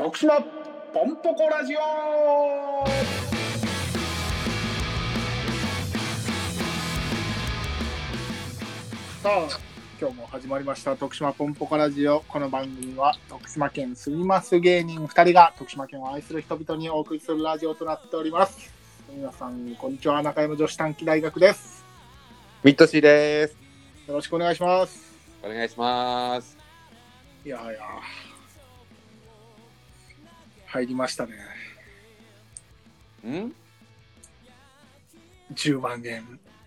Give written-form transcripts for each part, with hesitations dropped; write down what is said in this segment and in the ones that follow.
徳島ポンポコラジオ。さあ今日も始まりました徳島ポンポコラジオ。この番組は徳島県住みます芸人2人が徳島県を愛する人々にお送りするラジオとなっております。皆さんこんにちは。中山女子短期大学です。 ミッドシーです。 よろしくお願いします。 お願いします。 いや入りましたね。10万円。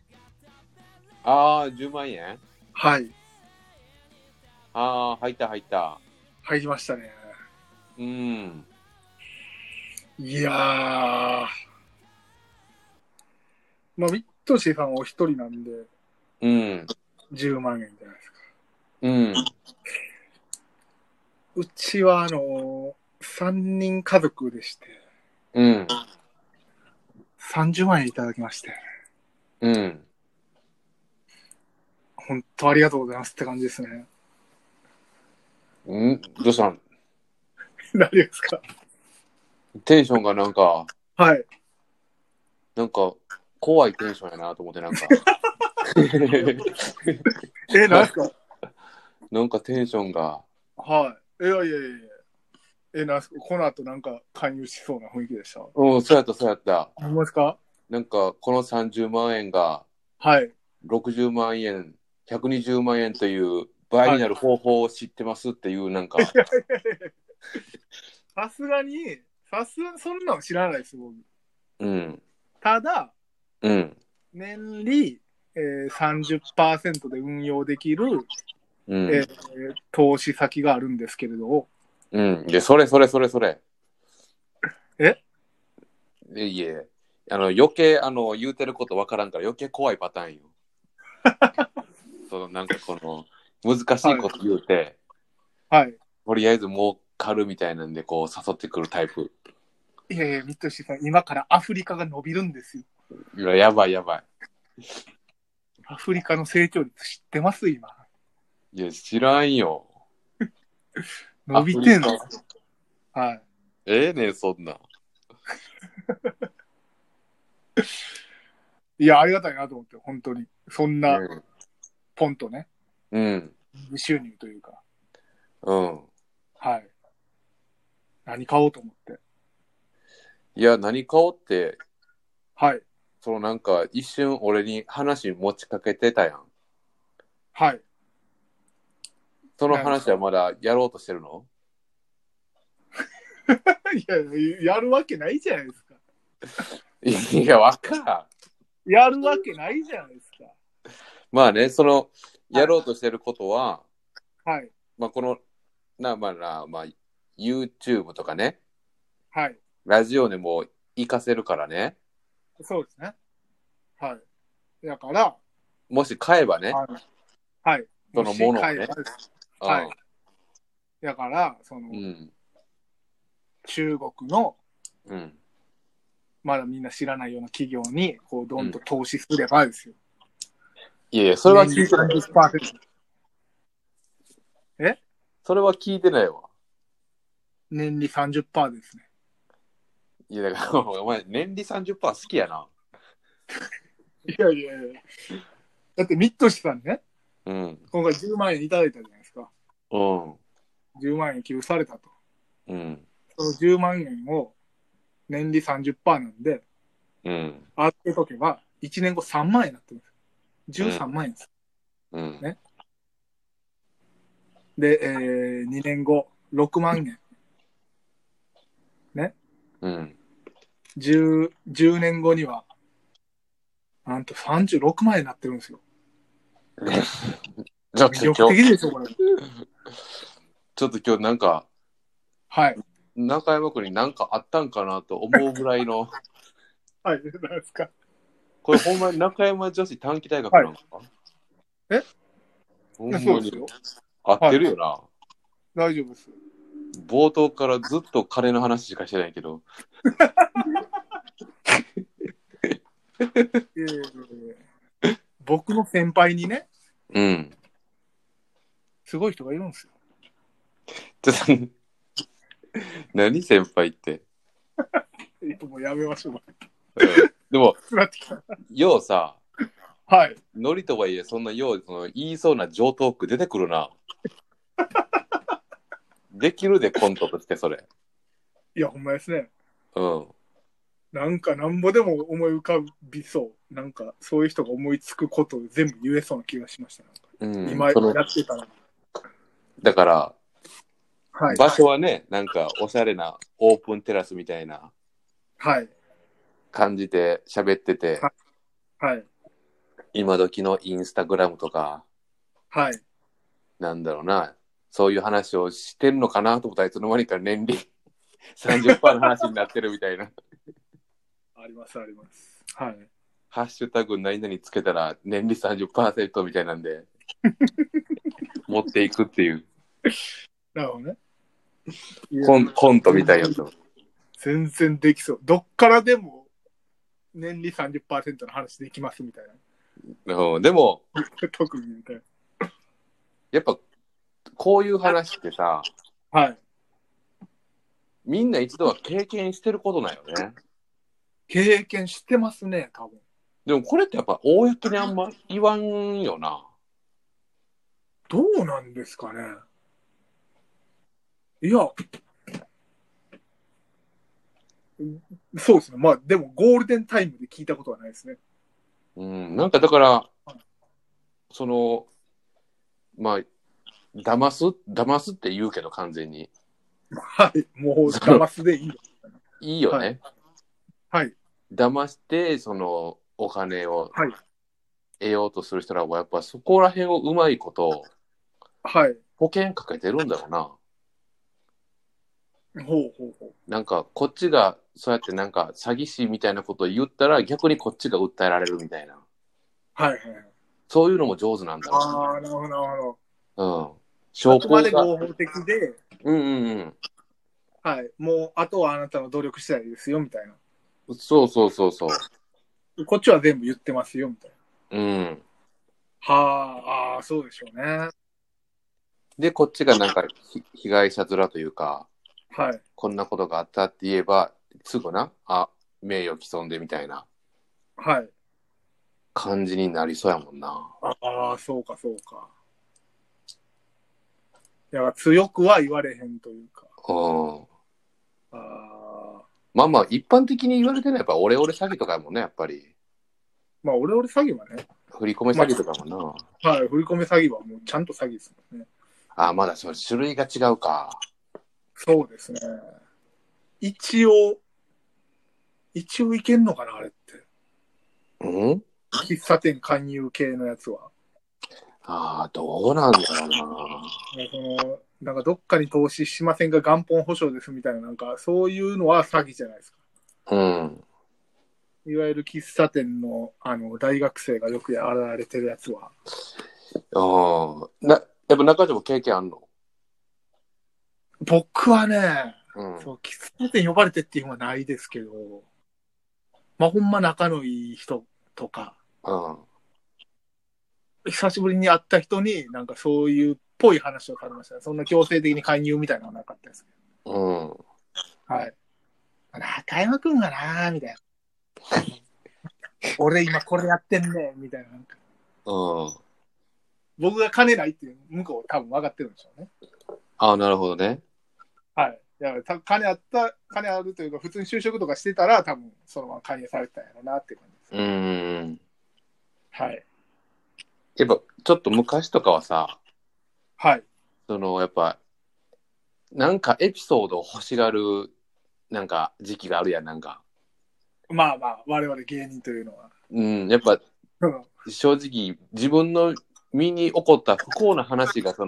ああ、10万円。 はい。 ああ、入った。 入りましたね。いやー、まあミッドシーさんお一人なんで、10万円じゃないですか。うちは3人家族でして、30万円いただきまして、本当ありがとうございますって感じですね。 どうしたん？ 何ですか？ テンションがなんか、 はい。 なんか怖いテンションやなと思ってなんか。 何ですか？ なんかテンションが。 はい。いや。何ですか？この後なんか介入しそうな雰囲気でした。 そうやった。 思いますか？ なんかこの30万円が、 はい。 60万円、120万円という倍になる方法を知ってますっていうなんか。 さすがにそんなの知らないです僕。ただ、年利、30% で運用できる、投資先があるんですけれど。 で、それ。いえ、余計言うてることわからんから余計怖いパターンよ。そのなんかこの難しいこと言うて、 はい。 とりあえず儲かるみたいなんでこう誘ってくるタイプ。 いやミッドシーさん、今からアフリカが伸びるんですよ。 いや、やばい。 アフリカの成長率知ってます今？ いや、知らんよ。 伸びてんの？はい。 ねそんな。 いや、ありがたいなと思って、本当に。そんな、ポンとね。未収入というか。はい。何買おうと思って。 いや、何買おうって、 はい。 そのなんか一瞬俺に話持ちかけてたやん。 はい。 その話はまだやろうとしてるの？ いや、やるわけないじゃないですか。 いや、わからん。やるわけないじゃないですか。 まあね、その、やろうとしてることは、 はい。 まあこの、YouTube とかね、 はい。 ラジオでも活かせるからね。 そうですね。はい。だから、 もし買えばね、 はい。 そのものをね。 はい。だから、中国の、まだみんな知らないような企業に、こう、どんと投資すればですよ。 いや、それは聞いてない。それは聞いてないわ。 年利 30% ですね。 いや、だから、お前、年利 30% 好きやな。 いや。だってミッドシさんね、今回10万円いただいたじゃないですか。10万円寄付されたと。その10万円を年利 30% なんで、預けとけば、1年後3万円になってるんですよ。13万円です。ね。で、2年後、6万円。ね。10年後には、なんと36万円になってるんですよ。魅力的でしょ、これ。 ちょっと今日なんか、 はい。 中山君に何かあったんかなと思うぐらいの。 はい、何ですか。 これほんまに中山女子短期大学なのか、ほんまにそうですよ。 合ってるよな、 大丈夫です。 冒頭からずっと金の話しかしてないけど。 僕の先輩にね、すごい人がいるんですよ。 何先輩って。 もうやめましょう。 でも、ようさ、 はい。 ノリとはいえ、そんなよう言いそうな上トーク出てくるな。できるで、コントとしてそれ。 いや、ほんまですね。 うん。 なんかなんぼでも思い浮かびそう。なんかそういう人が思いつくことを全部言えそうな気がしました。今やってたら。 だから、 はい、 場所はね、なんかおしゃれなオープンテラスみたいな感じで喋ってて、 はい、 今時のインスタグラムとか、 はい、 なんだろうな、そういう話をしてるのかなと思ったらいつの間にか年利30% の話になってるみたいな。 ありますあります。はい。 ハッシュタグ何々つけたら年利 30% みたいなんで持っていくっていう。 なるほどね。 コントみたいやつ。 全然できそう。どっからでも年利 30% の話できますみたいな。でも、 特にみたいな。 やっぱこういう話ってさ、 はい。 みんな一度は経験してることなんよね。 経験してますね、多分。 でもこれってやっぱ公にあんま言わんよな。 どうなんですかね。いや、そうですね。まあ、でもゴールデンタイムで聞いたことはないですね。 なんかだから、その、まあ、騙すって言うけど完全に。 はい。もう騙すでいいよ。 いいよね。 はい。 騙して、お金を得ようとする人らは、やっぱそこら辺をうまいこと、 はい。 保険かけてるんだろうな。 ほうほうほう。 なんか、こっちが、そうやってなんか、詐欺師みたいなことを言ったら、逆にこっちが訴えられるみたいな。 はいはい。 そういうのも上手なんだろう。 ああ、なるほど、なるほど。うん。 あくまで合法的で、はい。もう、あとはあなたの努力次第ですよ、みたいな。 そうそうそうそう。 こっちは全部言ってますよ、みたいな。うん。 はあ、そうでしょうね。 で、こっちがなんか被害者面というか、 はい。 こんなことがあったって言えば、すぐな、名誉毀損でみたいなはい。 感じになりそうやもんな。 ああ、そうか、そうか。いや、強くは言われへんというか。 まあまあ、一般的に言われてるのはやっぱオレオレ詐欺とかやもんね、やっぱり。 まあ、オレオレ詐欺はね。 振り込め詐欺とかもな。 はい、振り込め詐欺はもうちゃんと詐欺ですもんね。 まだその種類が違うか。 そうですね。一応いけんのかな、あれって。喫茶店勧誘系のやつは。 どうなんだろうな。なんかどっかに投資しませんが元本保証ですみたいな、なんかそういうのは詐欺じゃないですか。いわゆる喫茶店の大学生がよくやられてるやつは。 やっぱ中条も経験あんの？ 僕はね、そう喫茶店呼ばれてっていうのはないですけど、まあほんま仲のいい人とか、久しぶりに会った人になんかそういうっぽい話をされましたね。そんな強制的に介入みたいなのはなかったですけど。はい。中山くんがなーみたいな。俺今これやってんねみたいな。なんか僕が金ないっていう向こう多分分かってるんでしょうね。 なるほどね。 はい。いや金あるというか、普通に就職とかしてたら、多分そのまま勧誘されてたんやろうなっていう感じです。はい。 やっぱちょっと昔とかはさ、 はい。 やっぱ、なんかエピソードを欲しがる、なんか時期があるやん、なんか。 まあまあ、我々芸人というのは。 やっぱ、正直、自分の身に起こった不幸な話が、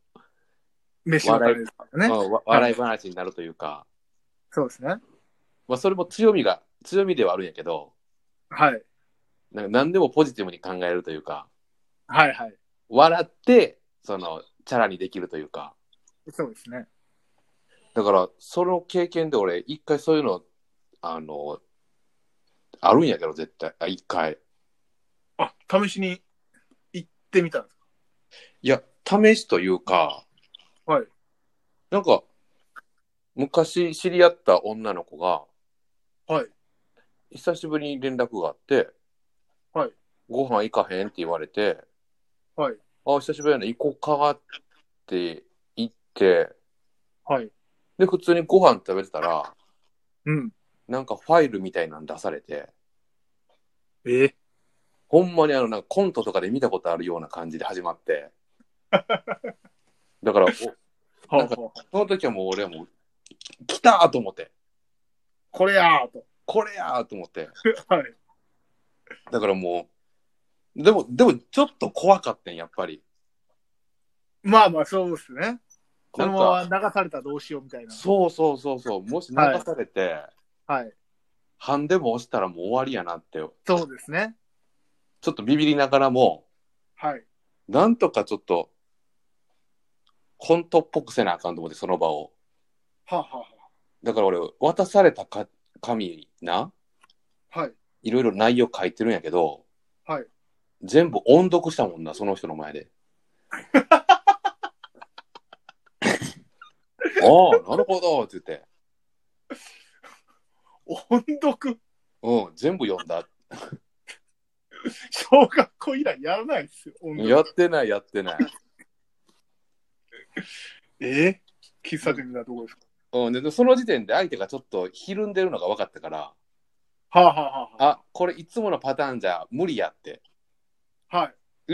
笑い話になるというか。 そうですね。 まあ、それも強みではあるんやけど、 はい。 何でもポジティブに考えるというか、 はいはい。 笑って、チャラにできるというか。 そうですね。 だから、その経験で俺、一回そういうの、あるんやけど、絶対。一回。 試しに行ってみたんですか？ いや、試しというか、 はい。 なんか、 昔知り合った女の子が、 はい。 久しぶりに連絡があって、 はい。 ご飯行かへんって言われて、 はい。 あ、久しぶりやな、行こうかって言って、 はい。 で、普通にご飯食べてたら、 うん。 なんかファイルみたいなの出されて、 えほんまになんかコントとかで見たことあるような感じで始まって、だから、なんか、その時はもう俺はもう、来たーと思って。 これやーと。 これやーと思って。 はい。 だからもう、でもちょっと怖かったん、やっぱり。 まあまあ、そうですね。このまなんか、 ま流されたらどうしようみたいな。 そう。もし流されて、 はい。 ハンデも押したらもう終わりやなって、 そうですね。 ちょっとビビりながらも、 はい。 なんとかちょっと、コントっぽくせなあかんと思って、その場を。 はあ、はあはだから俺、渡された紙な、 あ、はい。 いろいろ内容書いてるんやけど、 はい。 全部音読したもんな、その人の前で。ああ、なるほどって言って。 音読。 うん、全部読んだ。 小学校以来やらないですよ。 やってない。 喫茶店みたいなとこですか？ うん、で、その時点で相手がちょっとひるんでるのが分かったから、 はあ、はあはあ、これいつものパターンじゃ無理やって。 はい。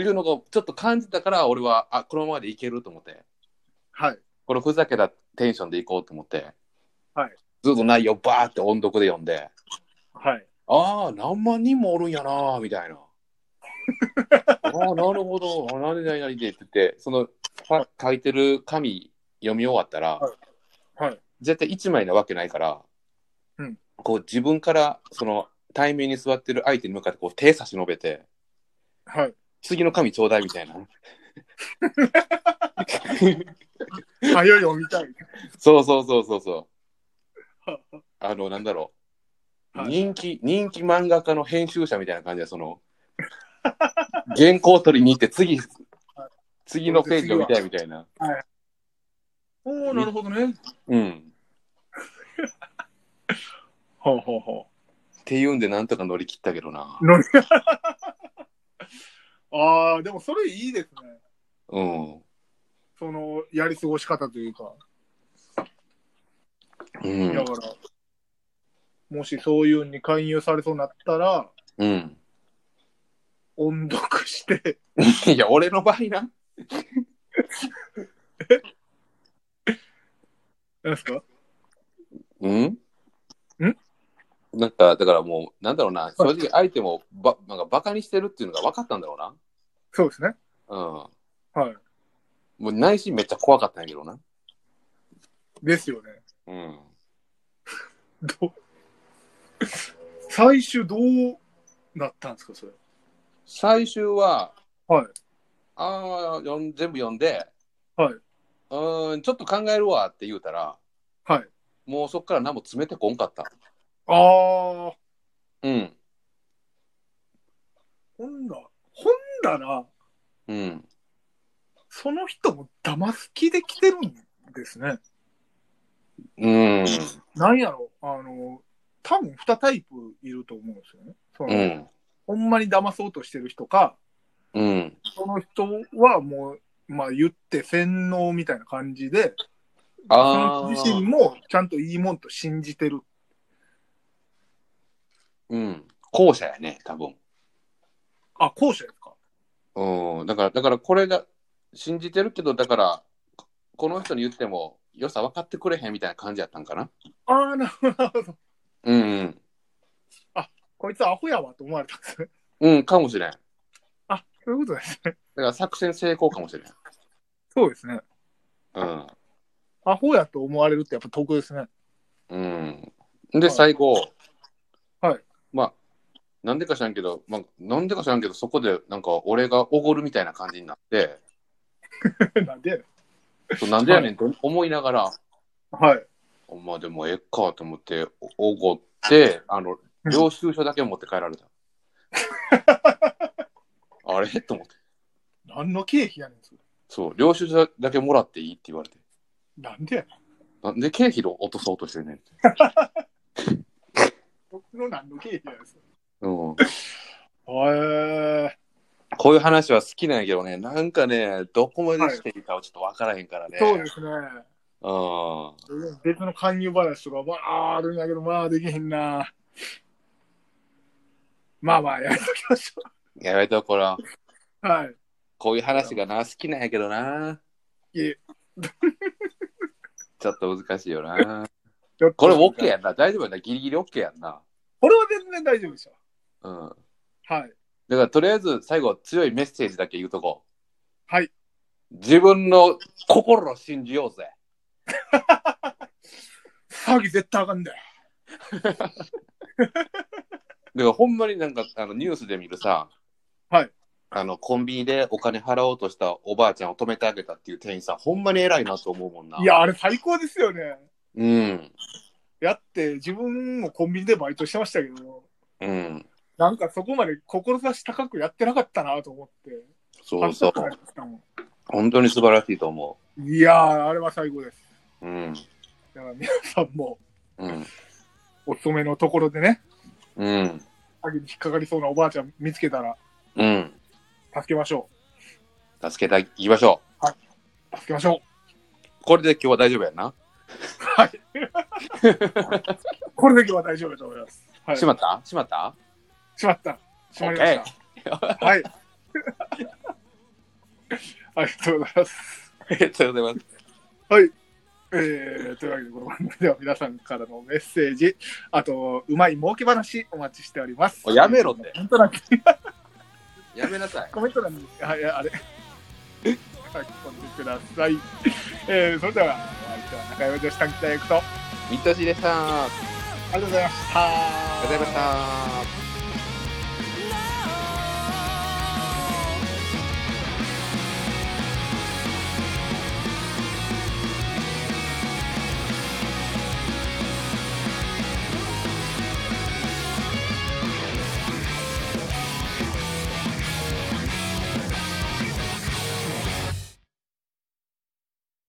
いうのがちょっと感じたから、俺は、あ、このままでいけると思って。 はい。 これふざけたテンションでいこうと思って。 はい。 ずっと内容バーって音読で読んで、 はい。 ああ、何万人もおるんやなみたいな。ああ、なるほど。何でって言って、その、書いてる紙読み終わったら、 はい。 絶対1枚なわけないから、 うん。 こう自分からその対面に座ってる相手に向かってこう手差し伸べて、 はい。 次の紙ちょうだいみたいな。 はよ読みたい。 そう。なんだろう。 はい、 人気漫画家の編集者みたいな感じで、その、原稿取りに行って次のページを見たいみたいな。 はい。おー、なるほどね。 うん。 ほうほうほう。っていうんでなんとか乗り切ったけどな。 ああ、でもそれいいですね。 うん。 その、やり過ごし方というか。 うん。 だから、もしそういうに勧誘されそうになったら、 うん。 音読して。 いや、俺の場合な。 何ですか？ なんか、だからもう、なんだろうな、正直相手もなんかバカにしてるっていうのが分かったんだろうな。 そうですね。 うん。 はい。 もう内心めっちゃ怖かったんやけどな。 ですよね。 うん。 最終どうなったんですか、それ。 最終は、 はい。 全部読んで、 はい。 ちょっと考えるわって言うたら、 はい。 もうそっから何も詰めてこんかった。ああ。 うん。 ほんだら、 うん。 その人も騙す気で来てるんですね。 うん。 なんやろ、多分2タイプいると思うんですよね。 うん。 ほんまに騙そうとしてる人か、 うん。 その人はもう、まあ言って洗脳みたいな感じで、その自身もちゃんといいもんと信じてる。 うん。後者やね、多分。 あ、後者ですか。 うん。だからこれが信じてるけど、だから、この人に言っても良さ分かってくれへんみたいな感じやったんかな。 ああ、なるほど。 うん。 あ、こいつアホやわと思われたんですね。 うん、かもしれん。 あ、そういうことですね。 だから作戦成功かもしれん。 そうですね。 うん。 アホやと思われるってやっぱ得ですね。 うん。で、最後、 はい。 まあ、なんでか知らんけど、そこでなんか俺がおごるみたいな感じになって、 なんでなんでやねんと思いながら、 はい。 まあでもええかと思っておごって、領収書だけ持って帰られた。あれと思って。 何の経費やねん、それ。 そう、領収書だけもらっていいって言われて。 なんでやねん。 なんで経費を落とそうとしてんねん。 僕の何の経費なんですか。 うん。 こういう話は好きなんやけどね、なんかね、どこまでしていいかはちょっと分からへんからね。 そうですね。別の勧誘話とか、あるんやけど、できへんな。やめときましょう。やめところ。 はい。 こういう話が好きなんやけどな。ちょっと難しいよな。これ OK やんな。大丈夫やな。ギリギリ OK やんな。 これは全然大丈夫でしょ。はい。 だからとりあえず最後強いメッセージだけ言うとこう。はい。 自分の心を信じようぜ。 詐欺絶対あかんだよ。 だからほんまになんかニュースで見るさ、 はい。 コンビニでお金払おうとしたおばあちゃんを止めてあげたっていう店員さん、ほんまに偉いなと思うもんな。 いや、あれ最高ですよね。 うん。 やって、自分もコンビニでバイトしてましたけど、 うん。 なんかそこまで志高くやってなかったなと思って。 そうそう。本当に素晴らしいと思う。いやー、あれは最高です。 うん。 だから皆さんも、 うん、 お勤めのところでね、 うん。 詐欺に引っかかりそうなおばあちゃん見つけたら、 うん。 助けましょう。助けていきましょう。はい。助けましょう。 これで今日は大丈夫やな。 はい。これで今日は大丈夫だと思います。はい、 しまったしまったしまった。しまりました。はい。ありがとうございます。 ありがとうございます。 はい。というわけで、この番組では皆さんからのメッセージ、あと、うまい儲け話お待ちしております。 やめろって。 本当なんやめなさい。 コメント欄に、あれ。書き込んでください。それでは、お相手は中山女子短期大学と、 三田しでした。 ありがとうございました。 ありがとうございました。